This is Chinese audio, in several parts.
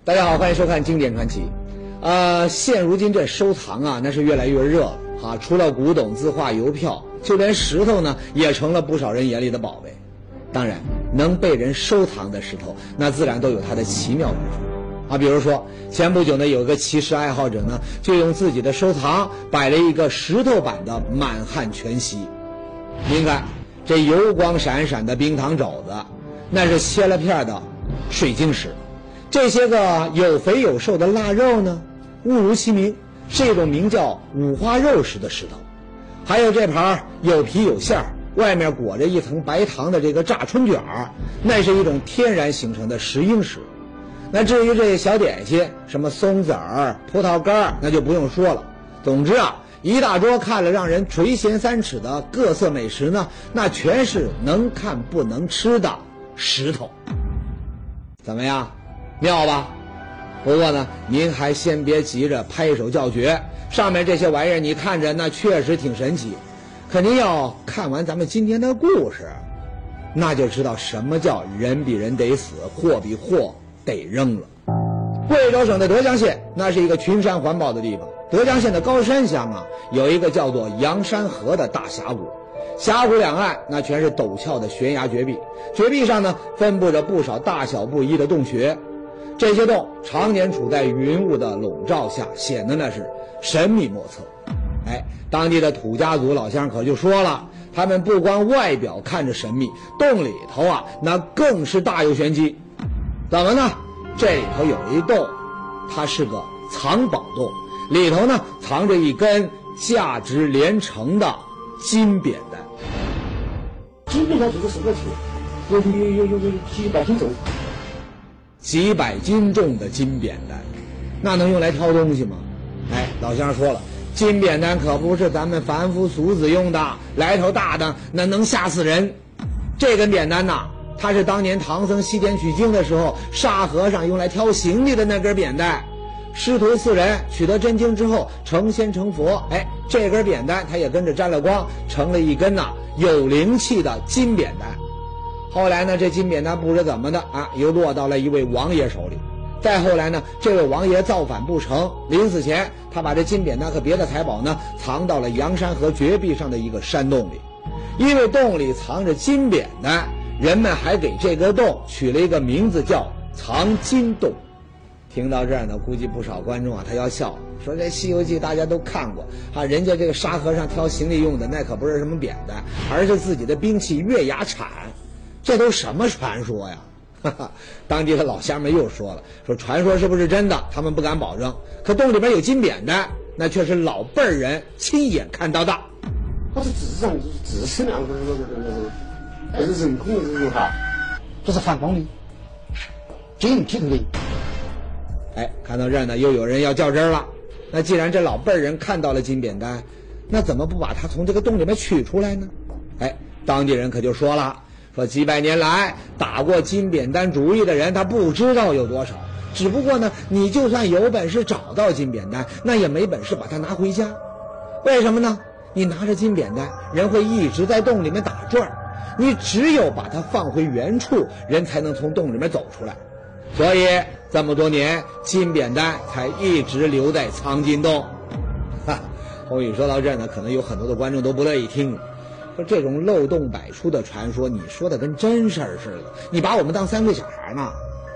大家好，欢迎收看经典传奇。现如今这收藏啊，那是越来越热了啊。除了古董、字画、邮票，就连石头呢，也成了不少人眼里的宝贝。当然，能被人收藏的石头，那自然都有它的奇妙之处啊。比如说，前不久呢，有个奇石爱好者呢，就用自己的收藏摆了一个石头版的满汉全席。您看，这油光闪闪的冰糖肘子，那是切了片的水晶石。这些个有肥有瘦的腊肉呢，误如其名，是一种名叫五花肉石的石头。还有这盘有皮有馅儿，外面裹着一层白糖的这个炸春卷儿，那是一种天然形成的石英石。那至于这些小点心，什么松子儿、葡萄干，那就不用说了。总之啊，一大桌看了让人垂涎三尺的各色美食呢，那全是能看不能吃的石头。怎么样？妙吧？不过呢，您还先别急着拍手叫绝，上面这些玩意儿你看着那确实挺神奇，可您要看完咱们今天的故事，那就知道什么叫人比人得死，货比货得扔了。贵州省的德江县，那是一个群山环抱的地方。德江县的高山乡啊，有一个叫做阳山河的大峡谷，峡谷两岸那全是陡峭的悬崖绝壁，绝壁上呢分布着不少大小不一的洞穴。这些洞常年处在云雾的笼罩下，显得那是神秘莫测。当地的土家族老乡可就说了，他们不光外表看着神秘，洞里头啊那更是大有玄机。怎么呢？这里头有一洞，它是个藏宝洞，里头呢藏着一根价值连城的金扁担。 金扁担就是什么有几百斤重。 几百斤重的金扁担，那能用来挑东西吗？老乡说了，金扁担可不是咱们凡夫俗子用的，来头大的那能吓死人。这根扁担呐，它是当年唐僧西天取经的时候，沙和尚用来挑行李的那根扁担。师徒四人取得真经之后，成仙成佛，这根扁担它也跟着沾了光，成了一根有灵气的金扁担。后来呢，这金扁担不知怎么的又落到了一位王爷手里。再后来呢，这位王爷造反不成，临死前他把这金扁担和别的财宝呢藏到了阳山河绝壁上的一个山洞里。因为洞里藏着金扁担，人们还给这个洞取了一个名字叫藏金洞。听到这儿呢，估计不少观众他要笑，说这《西游记》大家都看过人家这个沙和尚挑行李用的那可不是什么扁担，而是自己的兵器月牙铲。这都什么传说呀？当地的老乡们又说了，说传说是不是真的他们不敢保证，可洞里边有金扁担，那却是老辈儿人亲眼看到的。 它是自然自身两个还是人工的这种这是反光的金剔透的。 看到这儿呢，又有人要较真了。那既然这老辈儿人看到了金扁担，那怎么不把它从这个洞里面取出来呢？当地人可就说了，说几百年来打过金扁担主意的人他不知道有多少，只不过呢，你就算有本事找到金扁担，那也没本事把它拿回家。为什么呢？你拿着金扁担，人会一直在洞里面打转，你只有把它放回原处，人才能从洞里面走出来。所以这么多年，金扁担才一直留在藏金洞。红宇说到这儿呢，可能有很多的观众都不乐意听，说这种漏洞百出的传说，你说的跟真事儿似的，你把我们当3岁小孩呢？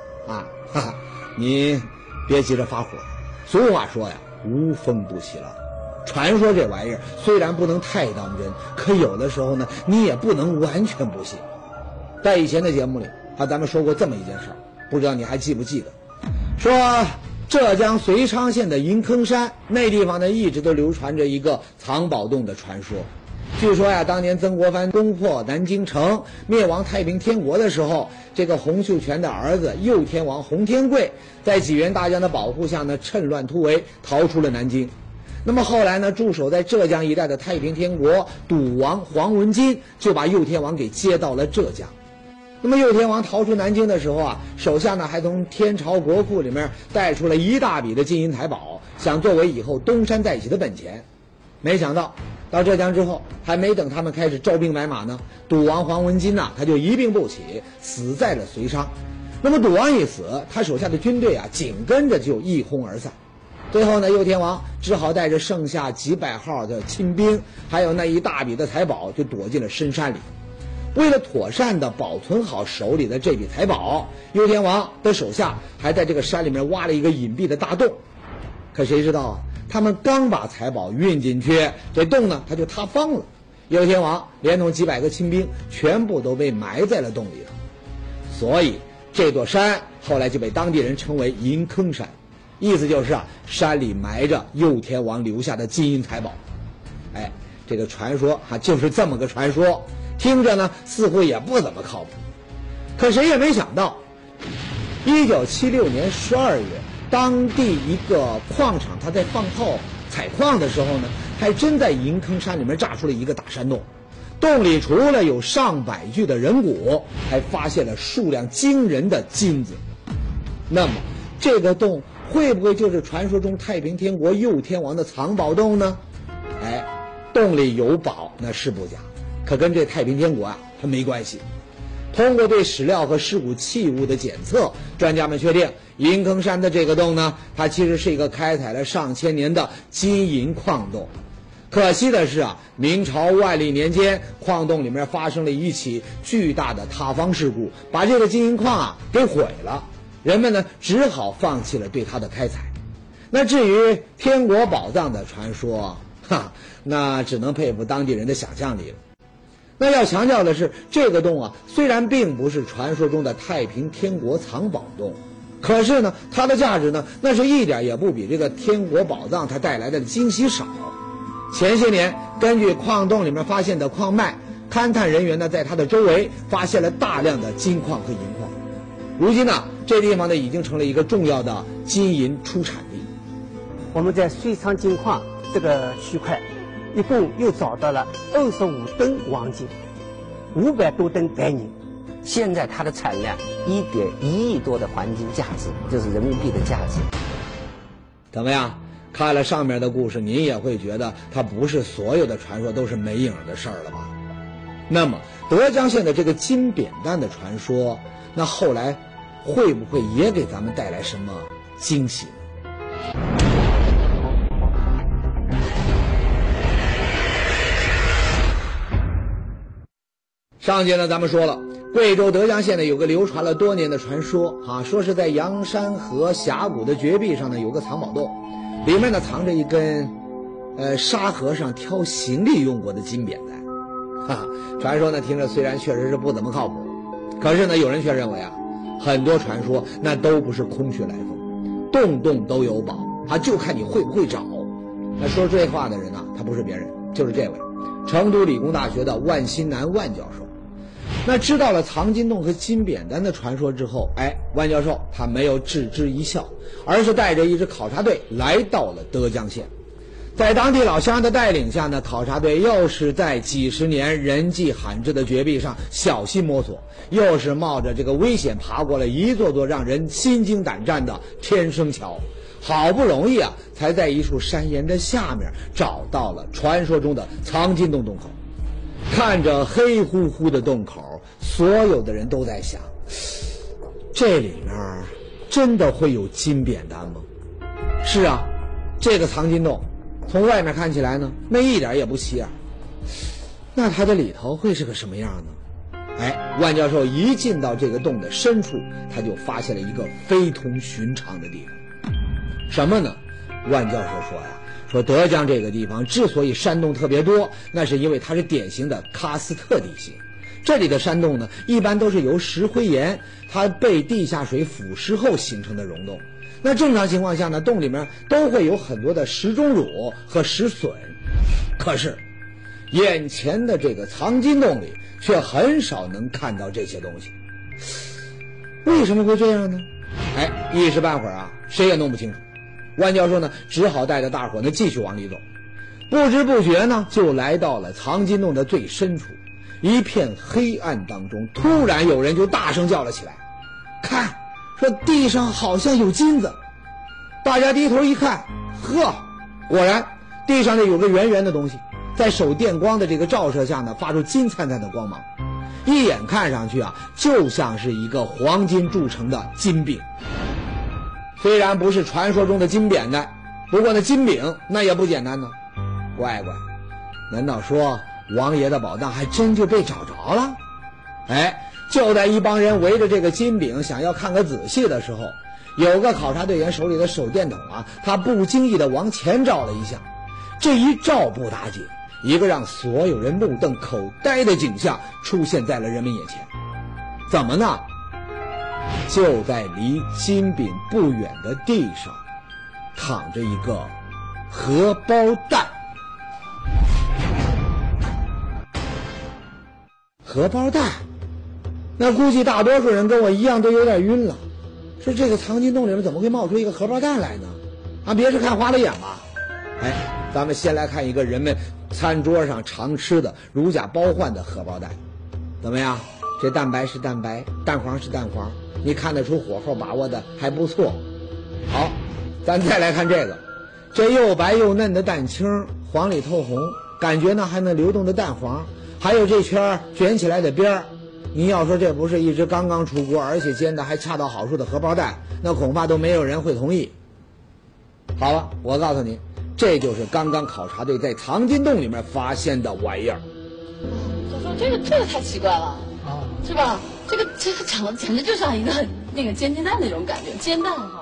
你别急着发火。俗话说呀，无风不起浪。传说这玩意儿虽然不能太当真，可有的时候呢，你也不能完全不信。在以前的节目里咱们说过这么一件事儿，不知道你还记不记得？说浙江遂昌县的银坑山那地方呢，一直都流传着一个藏宝洞的传说。据说当年曾国藩攻破南京城，灭亡太平天国的时候，这个洪秀全的儿子右天王洪天贵，在济源大将的保护下呢，趁乱突围，逃出了南京。那么后来呢，驻守在浙江一带的太平天国赌王黄文金就把右天王给接到了浙江。那么右天王逃出南京的时候手下呢还从天朝国库里面带出了一大笔的金银财宝，想作为以后东山再起的本钱。没想到到浙江之后，还没等他们开始招兵买马呢，赌王黄文金他就一病不起，死在了遂昌。 那么赌王一死，他手下的军队啊紧跟着就一哄而散。最后呢，右天王只好带着剩下几百号的亲兵，还有那一大笔的财宝，就躲进了深山里。为了妥善地保存好手里的这笔财宝，右天王的手下还在这个山里面挖了一个隐蔽的大洞。可谁知道啊，他们刚把财宝运进去，这洞呢它就塌方了。右天王连同几百个亲兵全部都被埋在了洞里头。所以这座山后来就被当地人称为银坑山，意思就是啊，山里埋着右天王留下的金银财宝。哎，这个传说就是这么个传说，听着呢似乎也不怎么靠谱。可谁也没想到，1976年12月，当地一个矿场他在放炮采矿的时候呢，还真在银坑山里面炸出了一个大山洞。洞里除了有上百具的人骨，还发现了数量惊人的金子。那么这个洞会不会就是传说中太平天国右天王的藏宝洞呢？哎，洞里有宝那是不假，可跟这太平天国啊它没关系。通过对史料和尸骨器物的检测，专家们确定银坑山的这个洞呢，它其实是一个开采了上千年的金银矿洞。可惜的是啊，明朝万历年间，矿洞里面发生了一起巨大的塌方事故，把这个金银矿啊给毁了。人们呢只好放弃了对它的开采。那至于天国宝藏的传说，那只能佩服当地人的想象力了。那要强调的是，这个洞啊虽然并不是传说中的太平天国藏宝洞，可是呢它的价值呢那是一点也不比这个天国宝藏它带来的惊喜少。前些年根据矿洞里面发现的矿脉，勘探人员呢在它的周围发现了大量的金矿和银矿。如今呢这地方呢已经成了一个重要的金银出产地。 我们在遂昌金矿这个区块一共又找到了25吨黄金，500多吨白银。 现在它的产量1.1亿多的黄金价值，就是人民币的价值。 怎么样？看了上面的故事，您也会觉得它不是所有的传说都是没影的事儿了吧？那么德江县的这个金扁担的传说，那后来会不会也给咱们带来什么惊喜呢？上节呢咱们说了，贵州德江县呢有个流传了多年的传说说是在阳山河峡谷的绝壁上呢有个藏宝洞，里面呢藏着一根沙和尚挑行李用过的金扁担。传说呢听着虽然确实是不怎么靠谱，可是呢有人却认为啊，很多传说那都不是空穴来风，洞洞都有宝就看你会不会找。那说这话的人呢，他不是别人，就是这位成都理工大学的万新南万教授。那知道了藏金洞和金扁担的传说之后，万教授他没有置之一笑，而是带着一支考察队来到了德江县。在当地老乡的带领下呢，考察队又是在几十年人迹罕至的绝壁上小心摸索，又是冒着这个危险爬过了一座座让人心惊胆战的天生桥，好不容易才在一处山岩的下面找到了传说中的藏金洞洞口。看着黑乎乎的洞口，所有的人都在想，这里面真的会有金扁担吗？是啊，这个藏金洞从外面看起来呢，那一点也不起眼，那它的里头会是个什么样呢？万教授一进到这个洞的深处，他就发现了一个非同寻常的地方。什么呢？万教授说德江这个地方之所以山洞特别多，那是因为它是典型的喀斯特地形。这里的山洞呢，一般都是由石灰岩它被地下水腐蚀后形成的溶洞。那正常情况下呢，洞里面都会有很多的石钟乳和石笋。可是眼前的这个藏金洞里却很少能看到这些东西。为什么会这样呢？一时半会儿谁也弄不清楚。万教授呢只好带着大伙呢继续往里走。不知不觉呢就来到了藏金洞的最深处。一片黑暗当中，突然有人就大声叫了起来，看，说地上好像有金子。大家低头一看，果然地上有个圆圆的东西，在手电光的这个照射下呢发出金灿灿的光芒。 一眼看上去啊，就像是一个黄金铸成的金饼。虽然不是传说中的金扁担，不过那金饼那也不简单呢。乖乖，难道说王爷的宝藏还真就被找着了？哎，就在一帮人围着这个金饼想要看个仔细的时候，有个考察队员手里的手电筒啊，他不经意地往前照了一下。这一照不打紧，一个让所有人目瞪口呆的景象出现在了人们眼前。怎么呢？就在离金饼不远的地上躺着一个荷包蛋。荷包蛋，那估计大多数人跟我一样都有点晕了。说这个藏经洞里面怎么会冒出一个荷包蛋来呢？啊，别是看花了眼吧？哎，咱们先来看一个人们餐桌上常吃的如假包换的荷包蛋，怎么样？这蛋白是蛋白，蛋黄是蛋黄，你看得出火候把握的还不错。好，咱再来看这个，这又白又嫩的蛋清，黄里透红，感觉呢还能流动的蛋黄，还有这圈卷起来的边儿。你要说这不是一只刚刚出锅而且煎的还恰到好处的荷包蛋，那恐怕都没有人会同意。好了，我告诉你，这就是刚刚考察队在藏经洞里面发现的玩意儿。 就说这个太奇怪了啊，是吧？这个长得简直就像一个那个煎鸡蛋那种感觉，煎蛋哈。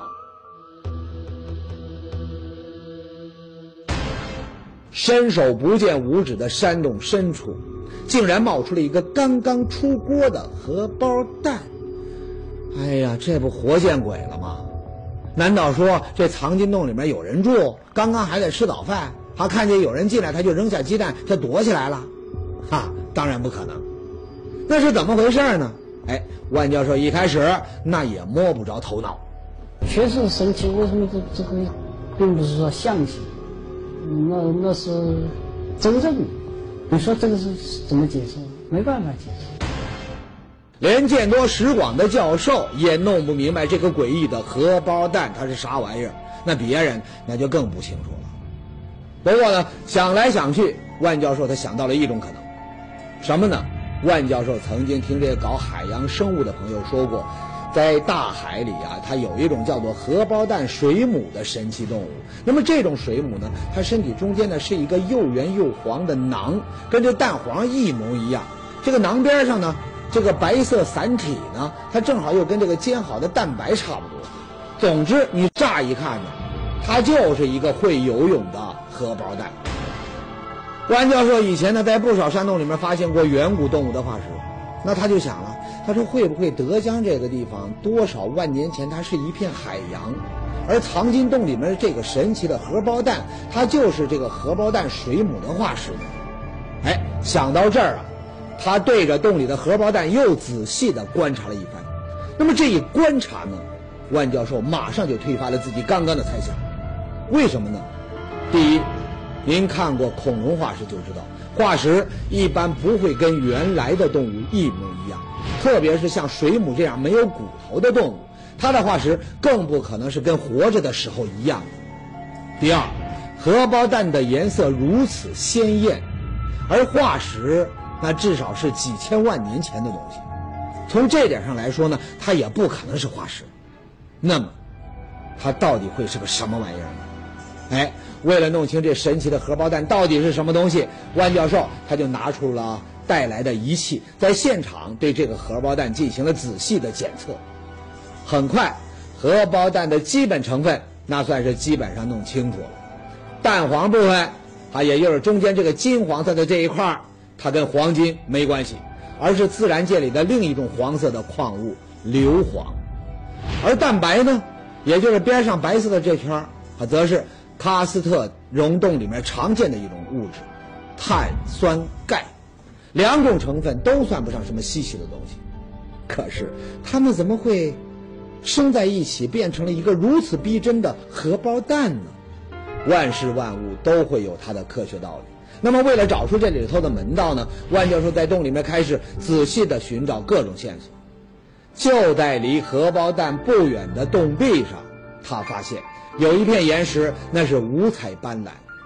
伸手不见五指的山洞深处，竟然冒出了一个刚刚出锅的荷包蛋。哎呀，这不活见鬼了吗？难道说这藏经洞里面有人住，刚刚还在吃早饭，他看见有人进来他就扔下鸡蛋，他躲起来了？当然不可能。那是怎么回事呢？哎，万教授一开始那也摸不着头脑。 确实神奇，为什么这个并不是说象棋，那是真正的。你说这个是怎么解释？没办法解释。 连见多识广的教授也弄不明白这个诡异的荷包蛋它是啥玩意儿，那别人那就更不清楚了。不过呢，想来想去，万教授他想到了一种可能，什么呢？万教授曾经听这个搞海洋生物的朋友说过，在大海里啊，它有一种叫做荷包蛋水母的神奇动物。那么这种水母呢，它身体中间呢是一个又圆又黄的囊，跟这蛋黄一模一样。这个囊边上呢，这个白色散体呢，它正好又跟这个煎好的蛋白差不多。总之，你乍一看呢，它就是一个会游泳的荷包蛋。万教授以前呢，在不少山洞里面发现过远古动物的化石，那他就想了，他说会不会德江这个地方多少万年前它是一片海洋，而藏经洞里面这个神奇的荷包蛋，它就是这个荷包蛋水母的化石呢？哎，想到这儿啊，他对着洞里的荷包蛋又仔细地观察了一番。那么这一观察呢，万教授马上就推翻了自己刚刚的猜想。为什么呢？第一，您看过恐龙化石就知道，化石一般不会跟原来的动物一模一样，特别是像水母这样没有骨头的动物，它的化石更不可能是跟活着的时候一样的。第二，荷包蛋的颜色如此鲜艳，而化石那至少是几千万年前的东西，从这点上来说呢，它也不可能是化石。那么它到底会是个什么玩意儿呢？哎，为了弄清这神奇的荷包蛋到底是什么东西，万教授他就拿出了带来的仪器，在现场对这个荷包蛋进行了仔细的检测。很快，荷包蛋的基本成分那算是基本上弄清楚了。蛋黄部分，它也就是中间这个金黄色的这一块，它跟黄金没关系，而是自然界里的另一种黄色的矿物硫磺。而蛋白呢，也就是边上白色的这圈，它则是喀斯特溶洞里面常见的一种物质碳酸钙。两种成分都算不上什么稀奇的东西，可是它们怎么会生在一起变成了一个如此逼真的荷包蛋呢？万事万物都会有它的科学道理。那么为了找出这里头的门道呢，万教授在洞里面开始仔细地寻找各种线索。就在离荷包蛋不远的洞壁上，他发现有一片岩石，那是五彩斑斓，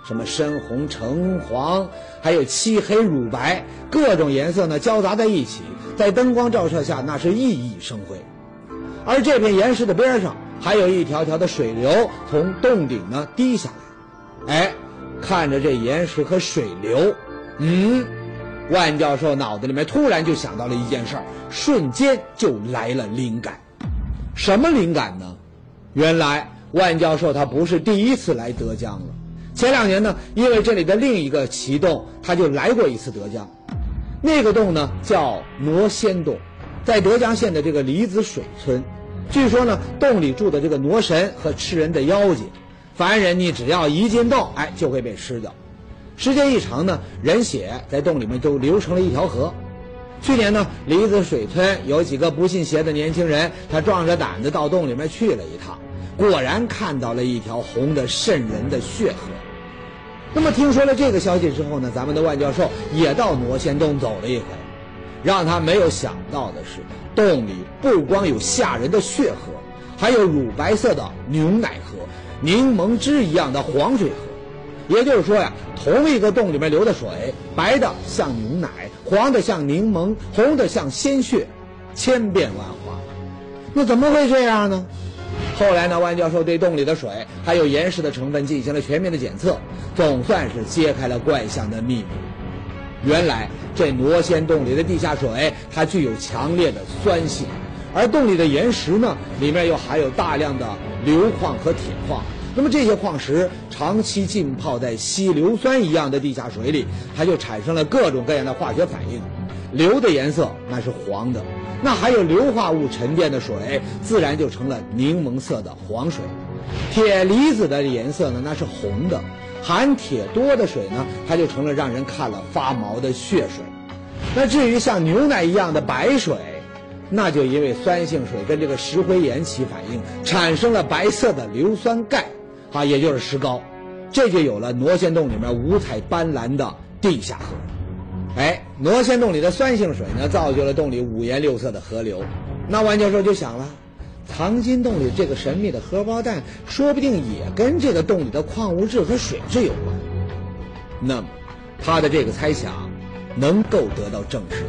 什么深红、橙黄，还有漆黑、乳白，各种颜色呢交杂在一起，在灯光照射下那是熠熠生辉。而这片岩石的边上还有一条条的水流从洞顶呢滴下来。哎，看着这岩石和水流，万教授脑子里面突然就想到了一件事儿，瞬间就来了灵感。什么灵感呢？原来万教授他不是第一次来德江了，前2年呢，因为这里的另一个奇洞，他就来过一次德江。那个洞呢叫挪仙洞，在德江县的这个离子水村。据说呢，洞里住的这个挪神和吃人的妖精，凡人你只要一进洞，就会被吃掉。时间一长呢，人血在洞里面就流成了一条河。去年呢，离子水村有几个不信邪的年轻人，他壮着胆子到洞里面去了一趟，果然看到了一条红得渗人的血河。那么听说了这个消息之后呢，咱们的万教授也到挪仙洞走了一回。让他没有想到的是，洞里不光有吓人的血河，还有乳白色的牛奶河，柠檬汁一样的黄水河。也就是说呀，同一个洞里面流的水，白的像牛奶，黄的像柠檬，红的像鲜血，千变万化。那怎么会这样呢？后来呢，万教授对洞里的水还有岩石的成分进行了全面的检测，总算是揭开了怪象的秘密。原来这挪仙洞里的地下水，它具有强烈的酸性，而洞里的岩石呢，里面又含有大量的硫矿和铁矿。那么这些矿石长期浸泡在稀硫酸一样的地下水里，它就产生了各种各样的化学反应。硫的颜色那是黄的，那还有硫化物沉淀的水自然就成了柠檬色的黄水。铁离子的颜色呢，那是红的，含铁多的水呢，它就成了让人看了发毛的血水。那至于像牛奶一样的白水，那就因为酸性水跟这个石灰岩起反应，产生了白色的硫酸钙也就是石膏，这就有了挪仙洞里面五彩斑斓的地下河。挪仙洞里的酸性水呢，造就了洞里五颜六色的河流。那万教授就想了，藏金洞里这个神秘的荷包蛋，说不定也跟这个洞里的矿物质和水质有关。那么他的这个猜想能够得到证实。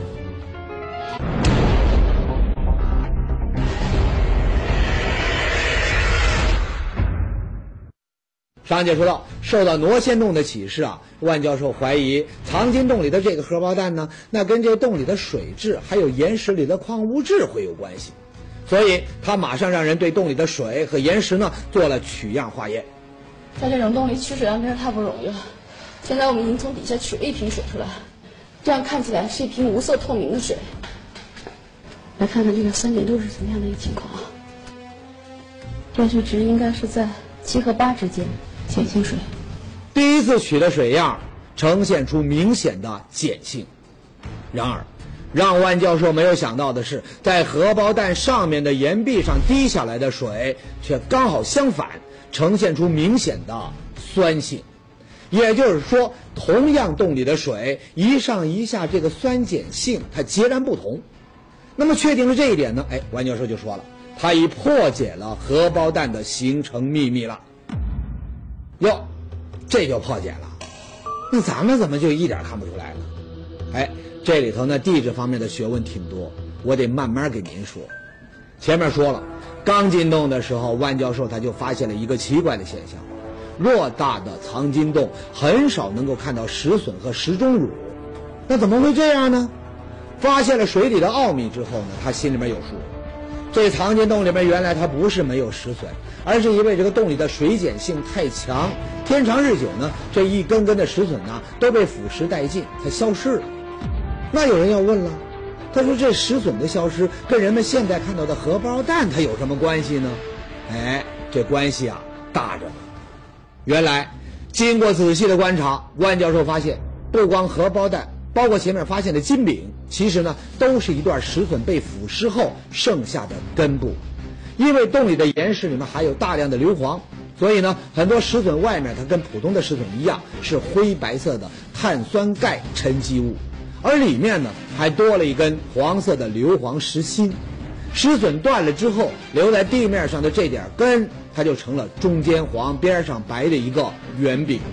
上节说到，受到挪仙洞的启示万教授怀疑藏金洞里的这个荷包蛋呢，那跟这洞里的水质还有岩石里的矿物质会有关系，所以他马上让人对洞里的水和岩石呢做了取样化验。 在这种洞里取水样真是太不容易了。现在我们已经从底下取了一瓶水出来，这样看起来是一瓶无色透明的水。来看看这个酸碱度是怎么样的一个情况pH值应该是在7和8之间。碱性水， 第一次取的水样呈现出明显的碱性。然而让万教授没有想到的是，在荷包蛋上面的岩壁上滴下来的水却刚好相反，呈现出明显的酸性。也就是说，同样洞里的水一上一下，这个酸碱性它截然不同。那么确定了这一点呢，万教授就说了，他已破解了荷包蛋的形成秘密了。哟，这就破解了，那咱们怎么就一点看不出来呢？这里头呢地质方面的学问挺多，我得慢慢给您说。前面说了，刚进洞的时候，万教授他就发现了一个奇怪的现象，偌大的藏金洞很少能够看到石笋和石钟乳，那怎么会这样呢？发现了水里的奥秘之后呢，他心里面有数。这藏金洞里面原来它不是没有石笋，而是因为这个洞里的水碱性太强，天长日久呢，这一根根的石笋呢都被腐蚀殆尽，它消失了。那有人要问了，他说这石笋的消失跟人们现在看到的荷包蛋它有什么关系呢？这关系大着呢。原来经过仔细的观察，万教授发现不光荷包蛋，包括前面发现的金饼，其实呢都是一段石笋被腐蚀后剩下的根部。因为洞里的岩石里面含有大量的硫磺，所以呢很多石笋外面它跟普通的石笋一样是灰白色的碳酸钙沉积物，而里面呢还多了一根黄色的硫磺石心。石笋断了之后，留在地面上的这点根，它就成了中间黄边上白的一个圆饼。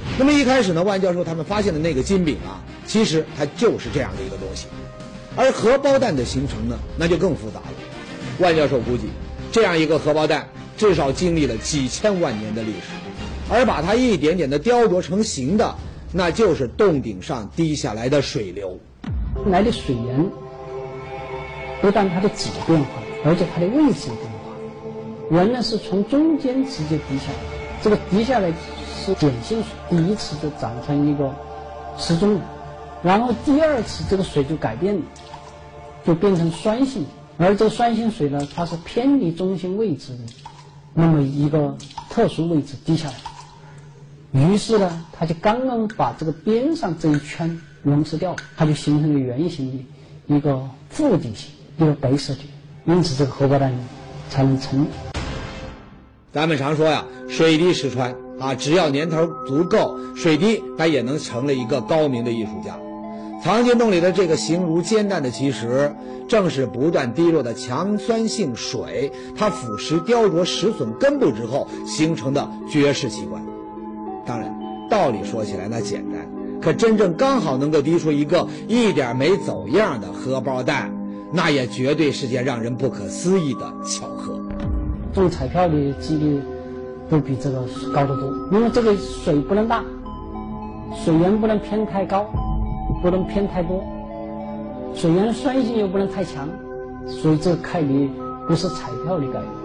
那么一开始呢，万教授他们发现的那个金饼啊，其实它就是这样的一个东西。而荷包蛋的形成呢，那就更复杂了。万教授估计，这样一个荷包蛋至少经历了几千万年的历史，而把它一点点的雕琢成型的，那就是洞顶上滴下来的水流。 来的水源不但它的质变化，而且它的位置变化。原来是从中间直接滴下来，这个滴下来是碱性水，第一次就长成一个石钟，然后第二次这个水就改变了，就变成酸性，而这个酸性水呢，它是偏离中心位置的那么一个特殊位置滴下来，于是呢，它就刚刚把这个边上这一圈溶蚀掉，它就形成了圆形的一个腹底型，一个白色点，因此这个荷包蛋才能成。 咱们常说呀，水滴石穿啊，只要年头足够，水滴它也能成了一个高明的艺术家。藏经洞里的这个形如煎蛋的奇石，正是不断滴落的强酸性水，它腐蚀雕琢石笋根部之后形成的绝世奇观。当然，道理说起来那简单，可真正刚好能够滴出一个一点没走样的荷包蛋，那也绝对是件让人不可思议的巧合。 中彩票的几率都比这个高得多，因为这个水不能大，水源不能偏太高，不能偏太多，水源酸性又不能太强，所以这个概率不是彩票的概率，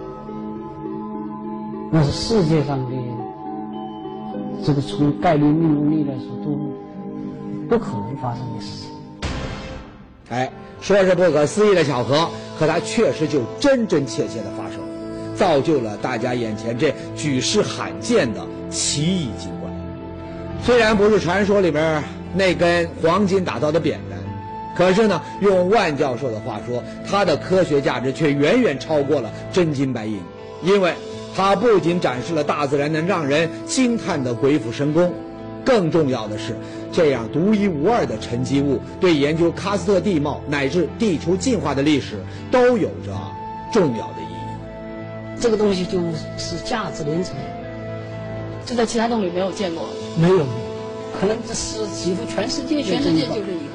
那是世界上的这个从概率命中率来说都不可能发生的事情。 哎，说是不可思议的巧合，可它确实就真真切切的发生，造就了大家眼前这举世罕见的奇异景观。虽然不是传说里边那根黄金打造的扁担，可是呢，用万教授的话说，它的科学价值却远远超过了真金白银，因为它不仅展示了大自然能让人惊叹的鬼斧神工，更重要的是，这样独一无二的沉积物对研究喀斯特地貌乃至地球进化的历史都有着重要的意义。 这个东西就是价值连城， 这在其他洞里没有见过。 没有，可能这是几乎全世界就全世界就这一个。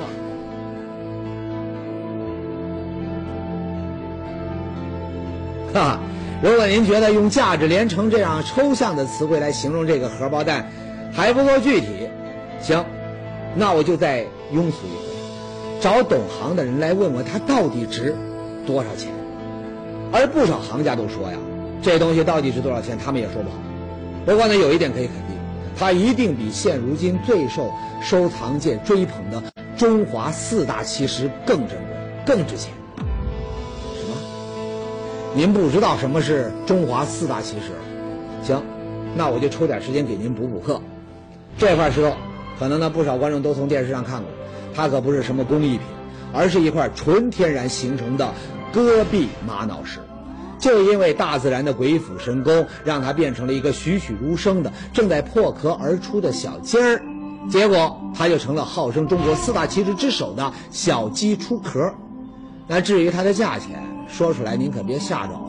哈，如果您觉得用价值连城这样抽象的词汇来形容这个荷包蛋还不够具体，行，那我就再庸俗一回，找懂行的人来问问它到底值多少钱。而不少行家都说呀，这东西到底值多少钱他们也说不好。不过呢，有一点可以肯定，它一定比现如今最受收藏界追捧的中华四大奇石更珍贵、更值钱。什么？您不知道什么是中华四大奇石？行，那我就抽点时间给您补补课。这块石头，可能呢不少观众都从电视上看过，它可不是什么工艺品，而是一块纯天然形成的戈壁玛瑙石。就因为大自然的鬼斧神工，让它变成了一个栩栩如生的正在破壳而出的小鸡儿，结果它就成了号称中国四大奇石之首的小鸡出壳。那至于它的价钱，说出来您可别吓着了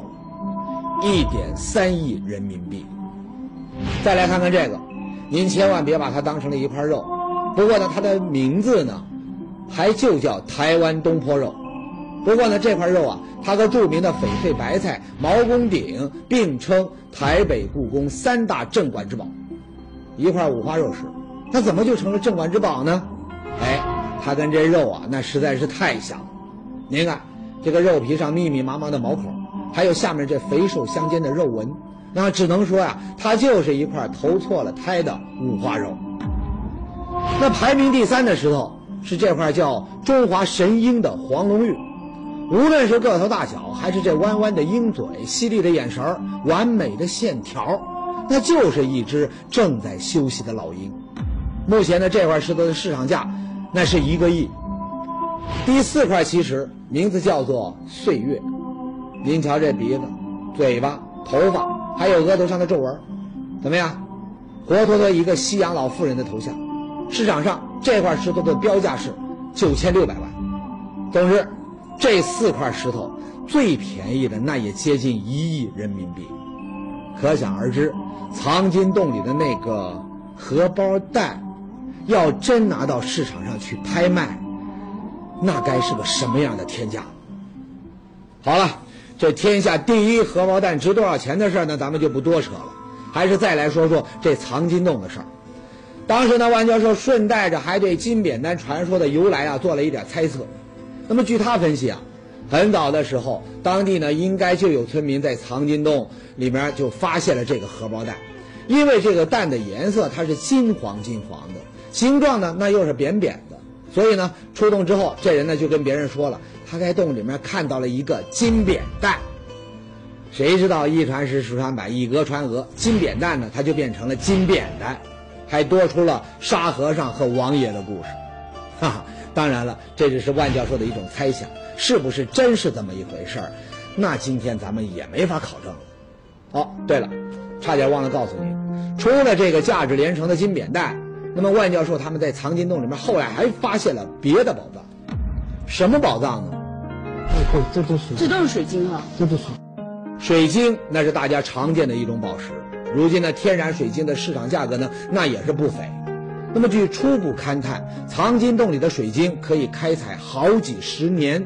，1.3亿人民币。再来看看这个，您千万别把它当成了一块肉，不过呢，它的名字呢，还就叫台湾东坡肉。不过呢，这块肉啊，它和著名的翡翠白菜、毛公鼎并称台北故宫3大镇馆之宝。一块五花肉石，它怎么就成了镇馆之宝呢？哎，它跟这肉啊，那实在是太像了。您看，这个肉皮上密密麻麻的毛孔，还有下面这肥瘦相间的肉纹，那只能说呀，它就是一块投错了胎的五花肉。那排名第3的石头是这块叫中华神鹰的黄龙玉。无论是个头大小，还是这弯弯的鹰嘴、犀利的眼神、完美的线条，那就是一只正在休息的老鹰。目前呢，这块石头的市场价那是1个亿。第4块奇石名字叫做岁月，您瞧这鼻子、嘴巴、头发，还有额头上的皱纹，怎么样？活脱脱一个西洋老妇人的头像。市场上这块石头的标价是9600万。总之，这4块石头最便宜的那也接近1亿人民币，可想而知，藏经洞里的那个荷包蛋要真拿到市场上去拍卖，那该是个什么样的天价？好了，这天下第一荷包蛋值多少钱的事呢，咱们就不多扯了，还是再来说说这藏金洞的事儿。当时呢，万教授顺带着还对金扁担传说的由来啊做了一点猜测。那么据他分析啊，很早的时候，当地呢应该就有村民在藏金洞里面就发现了这个荷包蛋，因为这个蛋的颜色它是金黄金黄的，形状呢那又是扁扁的，所以呢出洞之后，这人呢就跟别人说了，他在洞里面看到了一个金扁担。谁知道一传十，十传百，以讹传讹，金扁担呢它就变成了金扁担，还多出了沙和尚和王爷的故事。哈哈，当然了，这只是万教授的一种猜想，是不是真是这么一回事儿，那今天咱们也没法考证了。哦，对了，差点忘了告诉你，除了这个价值连城的金扁担，那么万教授他们在藏金洞里面后来还发现了别的宝藏。什么宝藏呢？ 这都是水晶啊， 这都是水晶，那是大家常见的一种宝石。如今呢，天然水晶的市场价格呢，那也是不菲。那么据初步勘探，藏金洞里的水晶可以开采好几十年。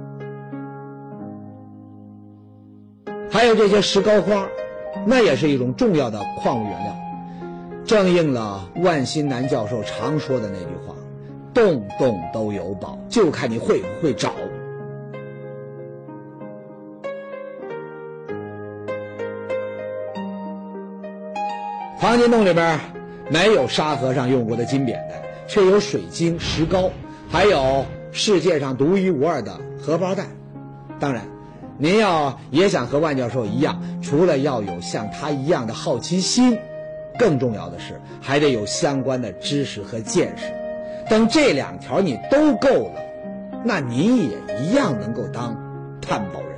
还有这些石膏花，那也是一种重要的矿物原料，正应了万新南教授常说的那句话：洞洞都有宝，就看你会不会找。藏金洞里边没有沙和尚用过的金扁担，却有水晶、石膏，还有世界上独一无二的荷包蛋。当然，您要也想和万教授一样，除了要有像他一样的好奇心，更重要的是还得有相关的知识和见识。等这两条你都够了，那您也一样能够当探宝人。